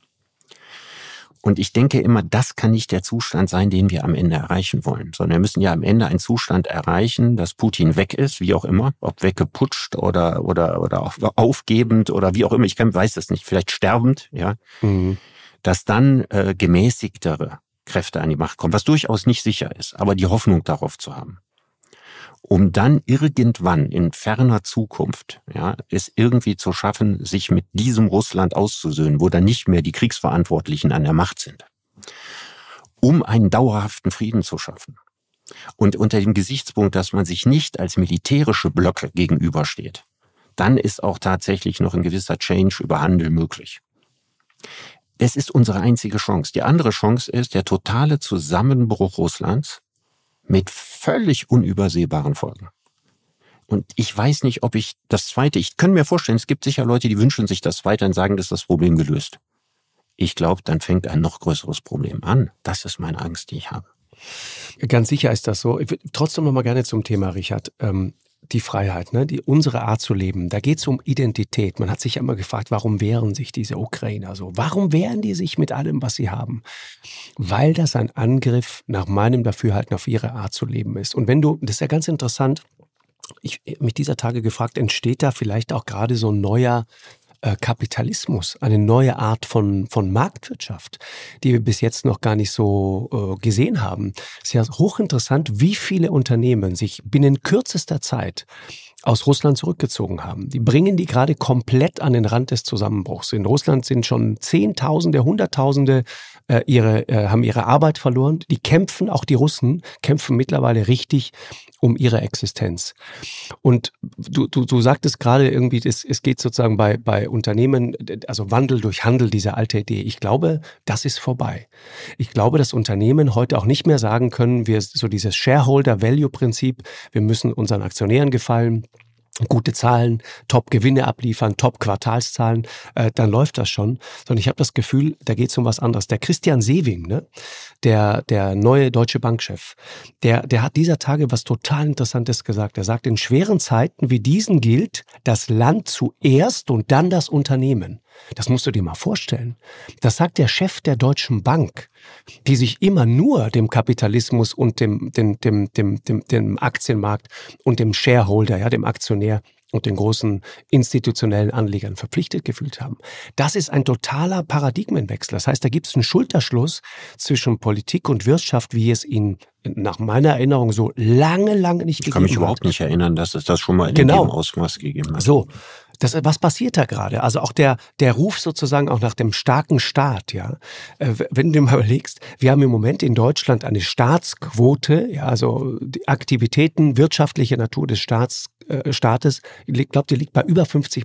Und ich denke immer, das kann nicht der Zustand sein, den wir am Ende erreichen wollen, sondern wir müssen ja am Ende einen Zustand erreichen, dass Putin weg ist, wie auch immer, ob weggeputscht oder aufgebend oder wie auch immer, ich weiß das nicht, vielleicht sterbend, ja, dass dann gemäßigtere Kräfte an die Macht kommen, was durchaus nicht sicher ist, aber die Hoffnung darauf zu haben. Um dann irgendwann in ferner Zukunft, ja, es irgendwie zu schaffen, sich mit diesem Russland auszusöhnen, wo dann nicht mehr die Kriegsverantwortlichen an der Macht sind. Um einen dauerhaften Frieden zu schaffen. Und unter dem Gesichtspunkt, dass man sich nicht als militärische Blöcke gegenübersteht, dann ist auch tatsächlich noch ein gewisser Change über Handel möglich. Das ist unsere einzige Chance. Die andere Chance ist der totale Zusammenbruch Russlands mit völlig unübersehbaren Folgen. Und ich weiß nicht, ob ich das Zweite, ich kann mir vorstellen, es gibt sicher Leute, die wünschen sich das Zweite und sagen, das ist das Problem gelöst. Ich glaube, dann fängt ein noch größeres Problem an. Das ist meine Angst, die ich habe. Ganz sicher ist das so. Ich würde trotzdem noch mal gerne zum Thema, Richard. Die Freiheit, ne? Unsere Art zu leben, da geht es um Identität. Man hat sich ja immer gefragt, warum wehren sich diese Ukrainer so? Warum wehren die sich mit allem, was sie haben? Weil das ein Angriff nach meinem Dafürhalten auf ihre Art zu leben ist. Und das ist ja ganz interessant, ich mich dieser Tage gefragt, entsteht da vielleicht auch gerade so ein neuer Kapitalismus, eine neue Art von Marktwirtschaft, die wir bis jetzt noch gar nicht so gesehen haben. Es ist ja hochinteressant, wie viele Unternehmen sich binnen kürzester Zeit aus Russland zurückgezogen haben. Die bringen die gerade komplett an den Rand des Zusammenbruchs. In Russland sind schon Zehntausende, Hunderttausende haben ihre Arbeit verloren. Die kämpfen, auch die Russen, kämpfen mittlerweile richtig um ihre Existenz. Und du sagtest gerade irgendwie, es geht sozusagen bei Unternehmen, also Wandel durch Handel, diese alte Idee. Ich glaube, das ist vorbei. Ich glaube, dass Unternehmen heute auch nicht mehr sagen können, so dieses Shareholder-Value-Prinzip, wir müssen unseren Aktionären gefallen, gute Zahlen, Top-Gewinne abliefern, Top-Quartalszahlen, dann läuft das schon. Sondern ich habe das Gefühl, da geht es um was anderes. Der Christian Sewing, ne? Der neue Deutsche Bankchef, der hat dieser Tage was total Interessantes gesagt. Er sagt, in schweren Zeiten wie diesen gilt das Land zuerst und dann das Unternehmen. Das musst du dir mal vorstellen. Das sagt der Chef der Deutschen Bank, die sich immer nur dem Kapitalismus und dem Aktienmarkt und dem Shareholder, ja, dem Aktionär und den großen institutionellen Anlegern verpflichtet gefühlt haben. Das ist ein totaler Paradigmenwechsel. Das heißt, da gibt es einen Schulterschluss zwischen Politik und Wirtschaft, wie es ihn nach meiner Erinnerung so lange nicht gegeben hat. Ich kann mich überhaupt nicht erinnern, dass es das schon mal in dem Ausmaß gegeben hat. So. Was passiert da gerade? Also auch der Ruf sozusagen auch nach dem starken Staat, ja. Wenn du dir mal überlegst, wir haben im Moment in Deutschland eine Staatsquote, ja, also die Aktivitäten wirtschaftlicher Natur des Staates, ich glaube, die liegt bei über 50%,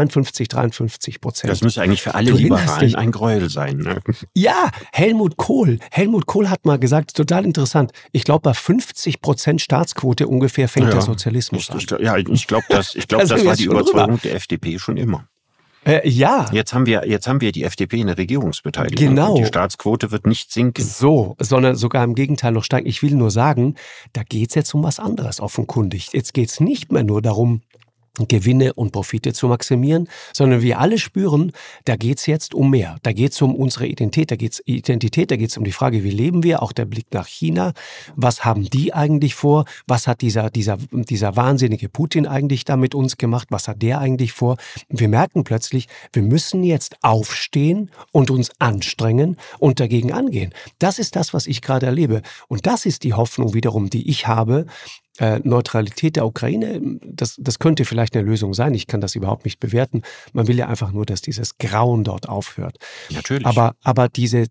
52-53%. Das müsste eigentlich für alle Liberalen ein Gräuel sein. Ne? Ja, Helmut Kohl hat mal gesagt, total interessant, ich glaube, bei 50% Staatsquote ungefähr fängt der Sozialismus an. Ich glaube, das war die Überzeugung der FDP schon immer. Ja. Jetzt haben wir die FDP in der Regierungsbeteiligung. Genau. Und die Staatsquote wird nicht sinken. So, sondern sogar im Gegenteil noch steigen. Ich will nur sagen, da geht's jetzt um was anderes offenkundig. Jetzt geht's nicht mehr nur darum, Gewinne und Profite zu maximieren, sondern wir alle spüren, da geht's jetzt um mehr. Da geht's um unsere Identität, da geht's um die Frage, wie leben wir, auch der Blick nach China. Was haben die eigentlich vor? Was hat dieser wahnsinnige Putin eigentlich da mit uns gemacht? Was hat der eigentlich vor? Wir merken plötzlich, wir müssen jetzt aufstehen und uns anstrengen und dagegen angehen. Das ist das, was ich gerade erlebe. Und das ist die Hoffnung wiederum, die ich habe. Neutralität der Ukraine, das könnte vielleicht eine Lösung sein. Ich kann das überhaupt nicht bewerten. Man will ja einfach nur, dass dieses Grauen dort aufhört. Natürlich. Aber dieser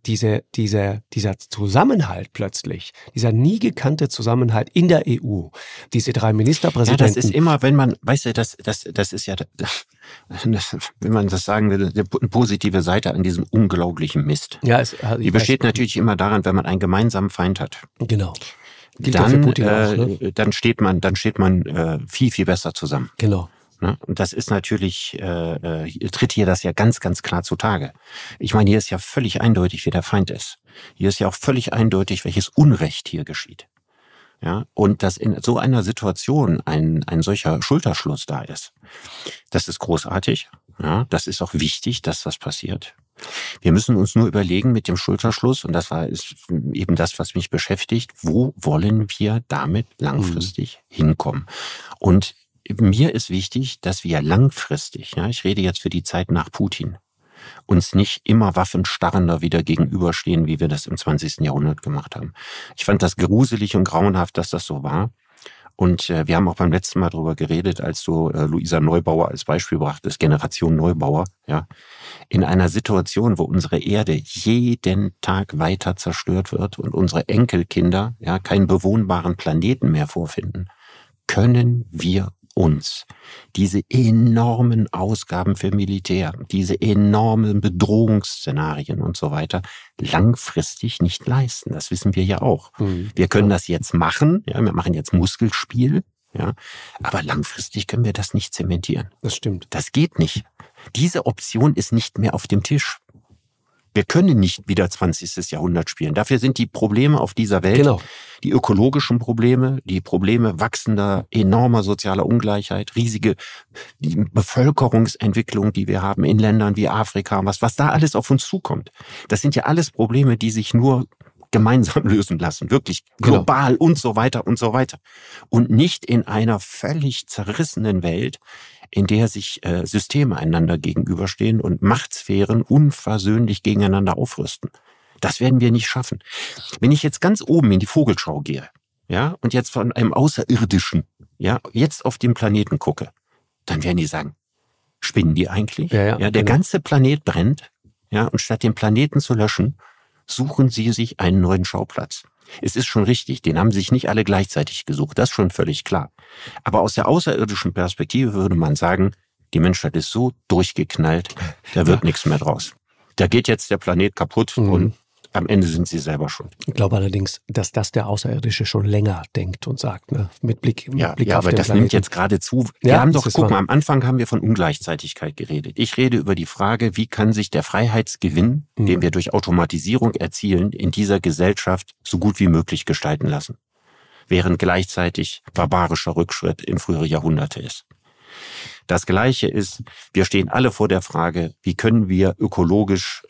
Zusammenhalt plötzlich, dieser nie gekannte Zusammenhalt in der EU, diese 3 Ministerpräsidenten. Ja, das ist immer, wenn man, weißt du, das ist ja, wenn man das sagen will, eine positive Seite an diesem unglaublichen Mist. Ja, die besteht natürlich immer daran, wenn man einen gemeinsamen Feind hat. Genau. Dann steht man viel, viel besser zusammen. Genau. Und das ist natürlich, tritt hier das ja ganz, ganz klar zutage. Ich meine, hier ist ja völlig eindeutig, wer der Feind ist. Hier ist ja auch völlig eindeutig, welches Unrecht hier geschieht. Ja, und dass in so einer Situation ein solcher Schulterschluss da ist, das ist großartig. Ja, das ist auch wichtig, dass das passiert. Wir müssen uns nur überlegen mit dem Schulterschluss, und das ist eben das, was mich beschäftigt, wo wollen wir damit langfristig hinkommen? Und mir ist wichtig, dass wir langfristig, ja, ich rede jetzt für die Zeit nach Putin, uns nicht immer waffenstarrender wieder gegenüberstehen, wie wir das im 20. Jahrhundert gemacht haben. Ich fand das gruselig und grauenhaft, dass das so war. Und wir haben auch beim letzten Mal darüber geredet, als du Luisa Neubauer als Beispiel brachtest, Generation Neubauer, ja, in einer Situation, wo unsere Erde jeden Tag weiter zerstört wird und unsere Enkelkinder ja keinen bewohnbaren Planeten mehr vorfinden, können wir uns diese enormen Ausgaben für Militär, diese enormen Bedrohungsszenarien und so weiter langfristig nicht leisten. Das wissen wir ja auch. Wir können das jetzt machen, ja, wir machen jetzt Muskelspiel, ja, aber langfristig können wir das nicht zementieren. Das stimmt. Das geht nicht. Diese Option ist nicht mehr auf dem Tisch. Wir können nicht wieder 20. Jahrhundert spielen. Dafür sind die Probleme auf dieser Welt, die ökologischen Probleme, die Probleme wachsender, enormer sozialer Ungleichheit, riesige Bevölkerungsentwicklung, die wir haben in Ländern wie Afrika, was da alles auf uns zukommt. Das sind ja alles Probleme, die sich nur gemeinsam lösen lassen, wirklich global und so weiter und so weiter. Und nicht in einer völlig zerrissenen Welt, in der sich Systeme einander gegenüberstehen und Machtsphären unversöhnlich gegeneinander aufrüsten. Das werden wir nicht schaffen. Wenn ich jetzt ganz oben in die Vogelschau gehe, ja, und jetzt von einem Außerirdischen, ja, jetzt auf den Planeten gucke, dann werden die sagen, spinnen die eigentlich? Ja, der ganze Planet brennt, ja, und statt den Planeten zu löschen, suchen sie sich einen neuen Schauplatz. Es ist schon richtig, den haben sich nicht alle gleichzeitig gesucht, das ist schon völlig klar. Aber aus der außerirdischen Perspektive würde man sagen, die Menschheit ist so durchgeknallt, da wird nichts mehr draus. Da geht jetzt der Planet kaputt und am Ende sind sie selber schuld. Ich glaube allerdings, dass das der Außerirdische schon länger denkt und sagt, ne? Mit Blick ja, auf den aber das Planeten. Nimmt jetzt gerade zu. Wir haben doch, guck mal, am Anfang haben wir von Ungleichzeitigkeit geredet. Ich rede über die Frage, wie kann sich der Freiheitsgewinn, den wir durch Automatisierung erzielen, in dieser Gesellschaft so gut wie möglich gestalten lassen. Während gleichzeitig barbarischer Rückschritt in frühere Jahrhunderte ist. Das Gleiche ist, wir stehen alle vor der Frage, wie können wir ökologisch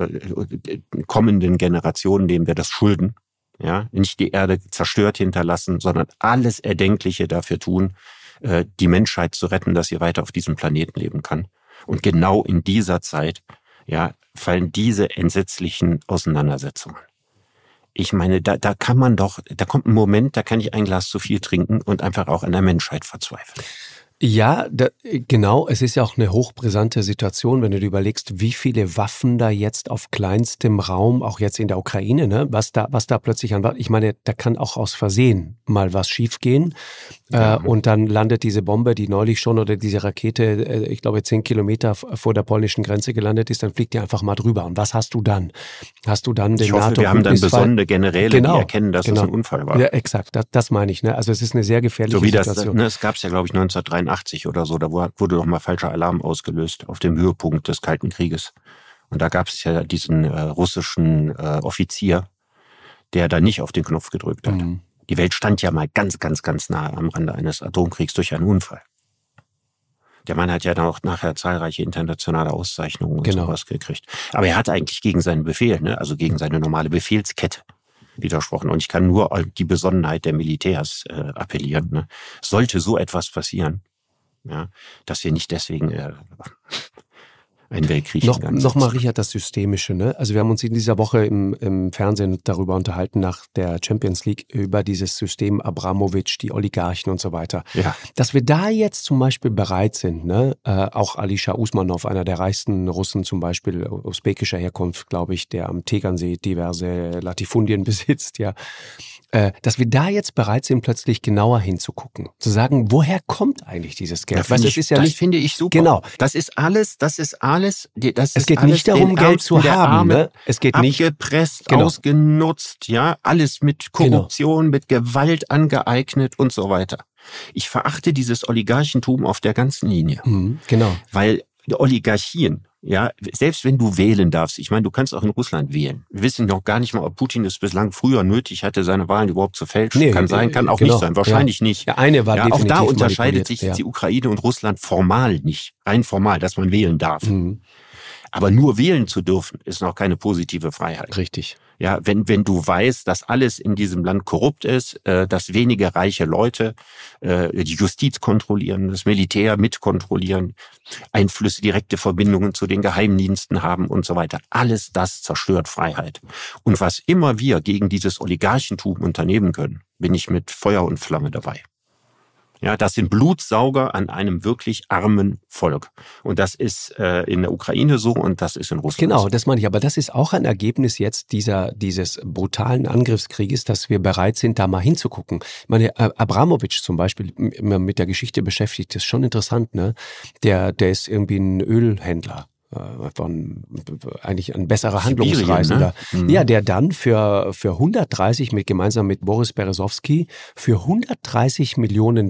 kommenden Generationen, denen wir das schulden, ja, nicht die Erde zerstört hinterlassen, sondern alles Erdenkliche dafür tun, die Menschheit zu retten, dass sie weiter auf diesem Planeten leben kann. Und genau in dieser Zeit, ja, fallen diese entsetzlichen Auseinandersetzungen. Ich meine, da kann man doch, da kommt ein Moment, da kann ich ein Glas zu viel trinken und einfach auch an der Menschheit verzweifeln. Ja, genau. Es ist ja auch eine hochbrisante Situation, wenn du dir überlegst, wie viele Waffen da jetzt auf kleinstem Raum, auch jetzt in der Ukraine, ne, was da plötzlich an, ich meine, da kann auch aus Versehen mal was schiefgehen. Und dann landet diese Bombe, die neulich schon, oder diese Rakete, ich glaube 10 Kilometer vor der polnischen Grenze gelandet ist, dann fliegt die einfach mal drüber. Und was hast du dann? Hast du dann den NATO? Ich hoffe, wir haben dann besondere Generäle, die erkennen, dass es ein Unfall war. Ja, exakt. Das meine ich. Ne? Also es ist eine sehr gefährliche Situation. Es gab es ja, glaube ich, 1983 oder so, da wurde doch mal falscher Alarm ausgelöst auf dem Höhepunkt des Kalten Krieges. Und da gab es ja diesen russischen Offizier, der da nicht auf den Knopf gedrückt hat. Die Welt stand ja mal ganz, ganz, ganz nahe am Rande eines Atomkriegs durch einen Unfall. Der Mann hat ja dann auch nachher zahlreiche internationale Auszeichnungen und sowas gekriegt. Aber er hat eigentlich gegen seinen Befehl, ne, also gegen seine normale Befehlskette widersprochen. Und ich kann nur die Besonnenheit der Militärs appellieren. Ne. Sollte so etwas passieren, ja, dass wir nicht deswegen einen Weltkrieg Nochmal, Richard, das Systemische. Ne? Also wir haben uns in dieser Woche im Fernsehen darüber unterhalten, nach der Champions League, über dieses System Abramovic, die Oligarchen und so weiter. Ja. Dass wir da jetzt zum Beispiel bereit sind, ne? Auch Alisher Usmanov, einer der reichsten Russen zum Beispiel, usbekischer Herkunft, glaube ich, der am Tegernsee diverse Latifundien besitzt, ja. Dass wir da jetzt bereit sind, plötzlich genauer hinzugucken. Zu sagen, woher kommt eigentlich dieses Geld? Das finde ich super. Genau. Das ist alles. Es geht nicht darum, Geld zu haben. Ne? Es geht nicht. Abgepresst, ausgenutzt, ja. Alles mit Korruption, mit Gewalt angeeignet und so weiter. Ich verachte dieses Oligarchentum auf der ganzen Linie. Genau. Weil Oligarchien, ja, selbst wenn du wählen darfst, ich meine, du kannst auch in Russland wählen. Wir wissen noch gar nicht mal, ob Putin es bislang früher nötig hatte, seine Wahlen überhaupt zu fälschen. Nee, kann sein, kann auch nicht sein, wahrscheinlich nicht. Der eine war definitiv auch da unterscheidet sich die Ukraine und Russland formal nicht, rein formal, dass man wählen darf. Aber nur wählen zu dürfen, ist noch keine positive Freiheit. Richtig. Ja, wenn du weißt, dass alles in diesem Land korrupt ist, dass wenige reiche Leute die Justiz kontrollieren, das Militär mitkontrollieren, Einflüsse, direkte Verbindungen zu den Geheimdiensten haben und so weiter. Alles das zerstört Freiheit. Und was immer wir gegen dieses Oligarchentum unternehmen können, bin ich mit Feuer und Flamme dabei. Ja, das sind Blutsauger an einem wirklich armen Volk. Und das ist in der Ukraine so und das ist in Russland so. Genau, das meine ich. Aber das ist auch ein Ergebnis jetzt dieses brutalen Angriffskrieges, dass wir bereit sind, da mal hinzugucken. Ich meine, Abramovic zum Beispiel, mit der Geschichte beschäftigt, ist schon interessant, ne? Der ist irgendwie ein Ölhändler. Eigentlich ein besserer Handlungsreisender. Ne? Ja, der dann für 130, gemeinsam mit Boris Berezowski, für $130 Millionen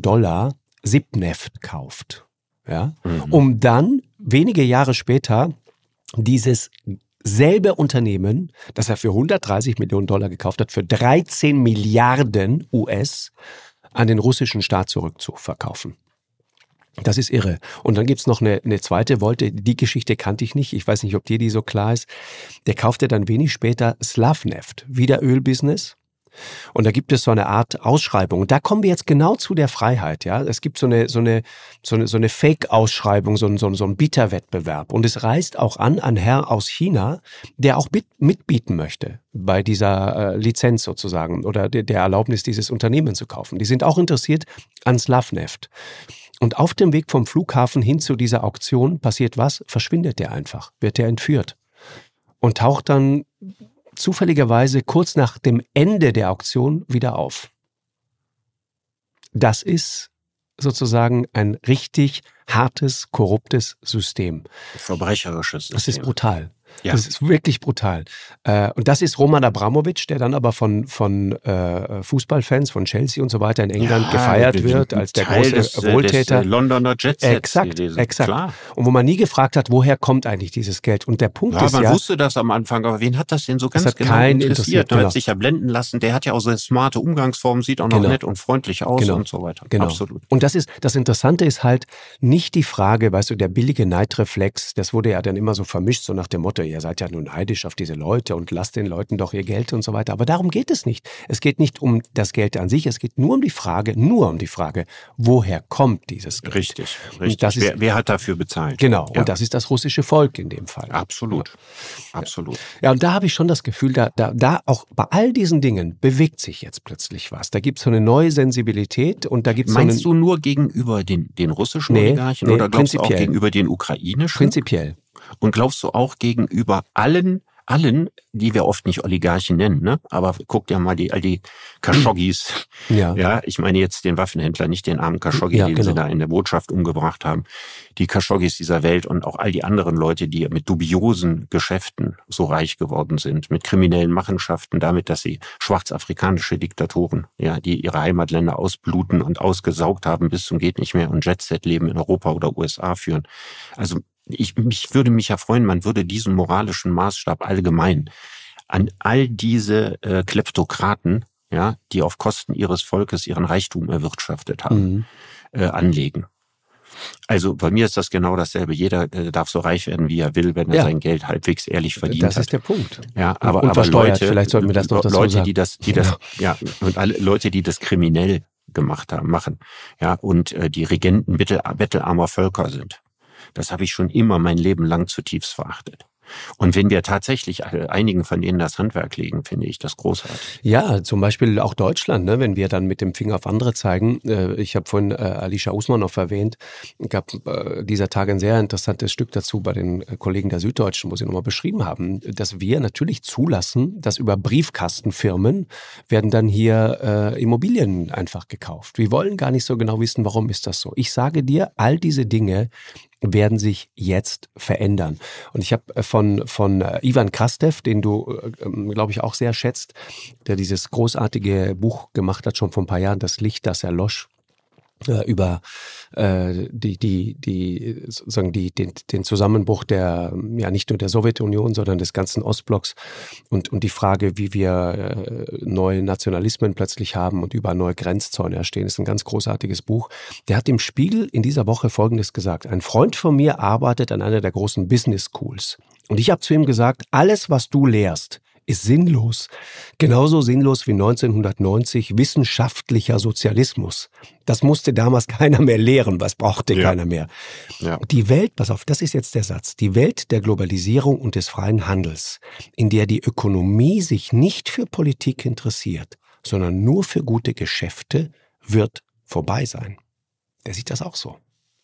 Sipneft kauft. Ja? Um dann wenige Jahre später dieses selbe Unternehmen, das er für 130 Millionen Dollar gekauft hat, für 13 Milliarden US an den russischen Staat zurückzuverkaufen. Das ist irre. Und dann gibt's noch eine zweite Wolte, die Geschichte kannte ich nicht, ich weiß nicht, ob dir die so klar ist. Der kaufte dann wenig später Slavneft, wieder Ölbusiness. Und da gibt es so eine Art Ausschreibung. Und da kommen wir jetzt genau zu der Freiheit. Ja, es gibt so eine Fake-Ausschreibung, so ein Bieterwettbewerb. Und es reißt auch an Herr aus China, der auch mitbieten möchte bei dieser Lizenz sozusagen oder der Erlaubnis, dieses Unternehmen zu kaufen. Die sind auch interessiert an Slavneft. Und auf dem Weg vom Flughafen hin zu dieser Auktion passiert was? Verschwindet der einfach, wird der entführt und taucht dann zufälligerweise kurz nach dem Ende der Auktion wieder auf. Das ist sozusagen ein richtig hartes, korruptes System. Verbrecherisches System. Das ist brutal. Ja. Das ist wirklich brutal. Und das ist Roman Abramovich, der dann aber von Fußballfans, von Chelsea und so weiter in England gefeiert wird als der große Wohltäter. Des Londoner Jet-Sets. Exakt. Klar. Und wo man nie gefragt hat, woher kommt eigentlich dieses Geld? Und der Punkt ist man wusste das am Anfang, aber wen hat das denn so ganz genau interessiert? Man hat sich ja blenden lassen. Der hat ja auch so eine smarte Umgangsform, sieht auch noch nett und freundlich aus und so weiter. Genau. Absolut. Und das Interessante ist halt nicht die Frage, weißt du, der billige Neidreflex, das wurde ja dann immer so vermischt, so nach dem Motto, ihr seid ja nun neidisch auf diese Leute und lasst den Leuten doch ihr Geld und so weiter. Aber darum geht es nicht. Es geht nicht um das Geld an sich, es geht nur um die Frage, woher kommt dieses Geld? Richtig. Und das ist, wer hat dafür bezahlt? Genau, ja. Und das ist das russische Volk in dem Fall. Absolut. Ja, und da habe ich schon das Gefühl, da auch bei all diesen Dingen bewegt sich jetzt plötzlich was. Da gibt es so eine neue Sensibilität und da gibt es Meinst du nur gegenüber den russischen Oligarchen oder glaubst du auch gegenüber den ukrainischen? Prinzipiell. Und glaubst du auch gegenüber allen, die wir oft nicht Oligarchen nennen, ne? Aber guck dir mal all die Khashoggis. Ja, ich meine jetzt den Waffenhändler, nicht den armen Khashoggi, den sie da in der Botschaft umgebracht haben. Die Khashoggis dieser Welt und auch all die anderen Leute, die mit dubiosen Geschäften so reich geworden sind, mit kriminellen Machenschaften, damit, dass sie schwarzafrikanische Diktatoren, ja, die ihre Heimatländer ausbluten und ausgesaugt haben bis zum geht nicht mehr und Jet-Set-Leben in Europa oder USA führen. Also ich würde mich ja freuen, man würde diesen moralischen Maßstab allgemein an all diese Kleptokraten, ja, die auf Kosten ihres Volkes ihren Reichtum erwirtschaftet haben, anlegen. Also bei mir ist das genau dasselbe. Jeder darf so reich werden, wie er will, wenn er sein Geld halbwegs ehrlich verdient hat. Das ist der Punkt. Ja, aber Leute, vielleicht sollten wir das doch dazu Leute, sagen. Und alle Leute, die das kriminell machen, ja, und die Regenten bettelarmer Völker sind. Das habe ich schon immer mein Leben lang zutiefst verachtet. Und wenn wir tatsächlich einigen von denen das Handwerk legen, finde ich das großartig. Ja, zum Beispiel auch Deutschland, ne, wenn wir dann mit dem Finger auf andere zeigen. Ich habe vorhin Alicia Usmanov erwähnt. Es gab dieser Tage ein sehr interessantes Stück dazu bei den Kollegen der Süddeutschen, wo sie nochmal beschrieben haben, dass wir natürlich zulassen, dass über Briefkastenfirmen werden dann hier Immobilien einfach gekauft. Wir wollen gar nicht so genau wissen, warum ist das so. Ich sage dir, all diese Dinge werden sich jetzt verändern. Und ich habe von Ivan Krastev, den du, glaube ich, auch sehr schätzt, der dieses großartige Buch gemacht hat, schon vor ein paar Jahren, Das Licht, das erlosch, über den Zusammenbruch der, ja, nicht nur der Sowjetunion, sondern des ganzen Ostblocks und die Frage, wie wir neue Nationalismen plötzlich haben und über neue Grenzzäune erstehen, ist ein ganz großartiges Buch. Der hat im Spiegel in dieser Woche Folgendes gesagt: Ein Freund von mir arbeitet an einer der großen Business Schools und ich habe zu ihm gesagt, alles, was du lehrst, ist sinnlos. Genauso sinnlos wie 1990 wissenschaftlicher Sozialismus. Das musste damals keiner mehr lehren, was brauchte keiner mehr. Ja. Die Welt, pass auf, das ist jetzt der Satz, die Welt der Globalisierung und des freien Handels, in der die Ökonomie sich nicht für Politik interessiert, sondern nur für gute Geschäfte, wird vorbei sein. Der sieht das auch so.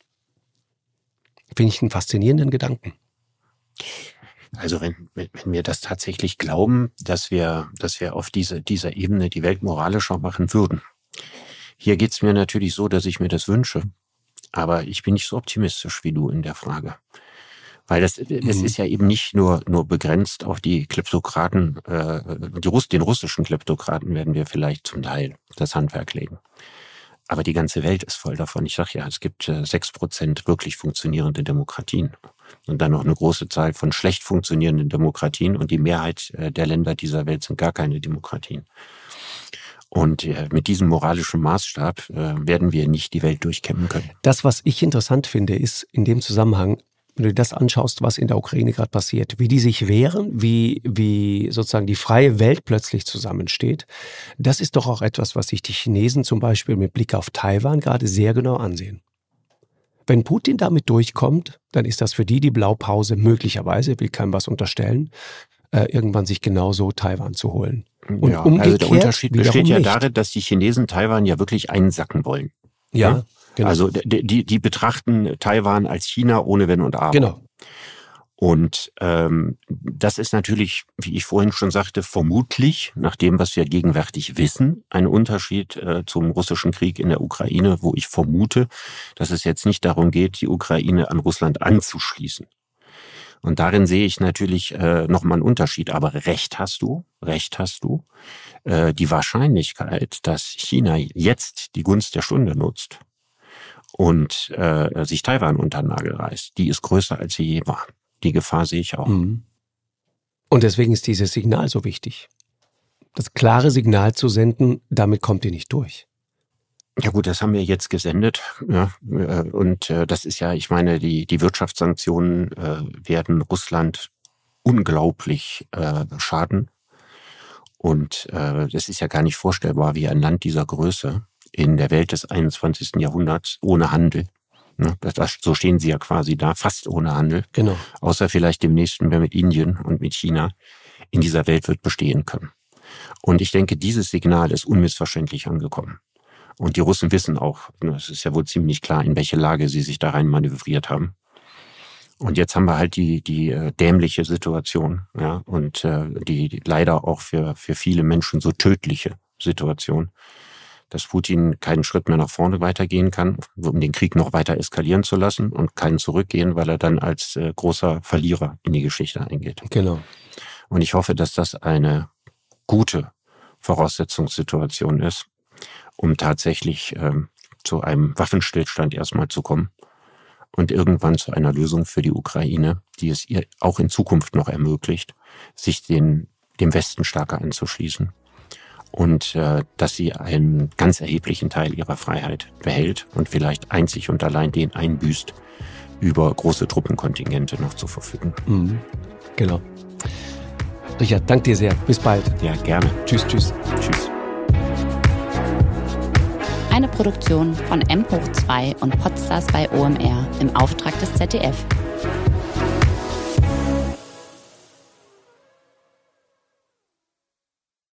Finde ich einen faszinierenden Gedanken. Also wenn wir das tatsächlich glauben, dass wir auf dieser Ebene die Welt moralischer machen würden. Hier geht's mir natürlich so, dass ich mir das wünsche. Aber ich bin nicht so optimistisch wie du in der Frage. Weil das ist ja eben nicht nur begrenzt auf die Kleptokraten, den russischen Kleptokraten werden wir vielleicht zum Teil das Handwerk legen. Aber die ganze Welt ist voll davon. Ich sage ja, es gibt 6% wirklich funktionierende Demokratien. und dann noch eine große Zahl von schlecht funktionierenden Demokratien und die Mehrheit der Länder dieser Welt sind gar keine Demokratien. Und mit diesem moralischen Maßstab werden wir nicht die Welt durchkämmen können. Das, was ich interessant finde, ist in dem Zusammenhang, wenn du dir das anschaust, was in der Ukraine gerade passiert, wie die sich wehren, wie sozusagen die freie Welt plötzlich zusammensteht, das ist doch auch etwas, was sich die Chinesen zum Beispiel mit Blick auf Taiwan gerade sehr genau ansehen. Wenn Putin damit durchkommt, dann ist das für die Blaupause möglicherweise, will keinem was unterstellen, irgendwann sich genauso Taiwan zu holen. Und ja, umgekehrt, also der Unterschied besteht ja nicht darin, dass die Chinesen Taiwan ja wirklich einsacken wollen. Ja, genau. Also die betrachten Taiwan als China ohne Wenn und Aber. Genau. Und das ist natürlich, wie ich vorhin schon sagte, vermutlich, nach dem, was wir gegenwärtig wissen, ein Unterschied zum russischen Krieg in der Ukraine, wo ich vermute, dass es jetzt nicht darum geht, die Ukraine an Russland anzuschließen. Und darin sehe ich natürlich nochmal einen Unterschied. Aber recht hast du. Die Wahrscheinlichkeit, dass China jetzt die Gunst der Stunde nutzt und sich Taiwan unter den Nagel reißt, die ist größer, als sie je war. Die Gefahr sehe ich auch. Mhm. Und deswegen ist dieses Signal so wichtig. Das klare Signal zu senden, damit kommt ihr nicht durch. Ja gut, das haben wir jetzt gesendet. Ja, und das ist ja, ich meine, die Wirtschaftssanktionen werden Russland unglaublich schaden. Und das ist ja gar nicht vorstellbar, wie ein Land dieser Größe in der Welt des 21. Jahrhunderts ohne Handel, ne, so stehen sie ja quasi da, fast ohne Handel, genau. Außer vielleicht demnächst mehr mit Indien und mit China, in dieser Welt wird bestehen können. Und ich denke, dieses Signal ist unmissverständlich angekommen. Und die Russen wissen auch, es ist ja wohl ziemlich klar, in welche Lage sie sich da rein manövriert haben. Und jetzt haben wir halt die dämliche Situation, ja, und die leider auch für viele Menschen so tödliche Situation, dass Putin keinen Schritt mehr nach vorne weitergehen kann, um den Krieg noch weiter eskalieren zu lassen und keinen zurückgehen, weil er dann als großer Verlierer in die Geschichte eingeht. Genau. Und ich hoffe, dass das eine gute Voraussetzungssituation ist, um tatsächlich zu einem Waffenstillstand erstmal zu kommen und irgendwann zu einer Lösung für die Ukraine, die es ihr auch in Zukunft noch ermöglicht, sich dem Westen stärker anzuschließen und dass sie einen ganz erheblichen Teil ihrer Freiheit behält und vielleicht einzig und allein den einbüßt, über große Truppenkontingente noch zu verfügen. Mhm. Genau. Richard, danke dir sehr. Bis bald. Ja, gerne. Tschüss. Tschüss. Eine Produktion von M hoch 2 und Podstars bei OMR im Auftrag des ZDF.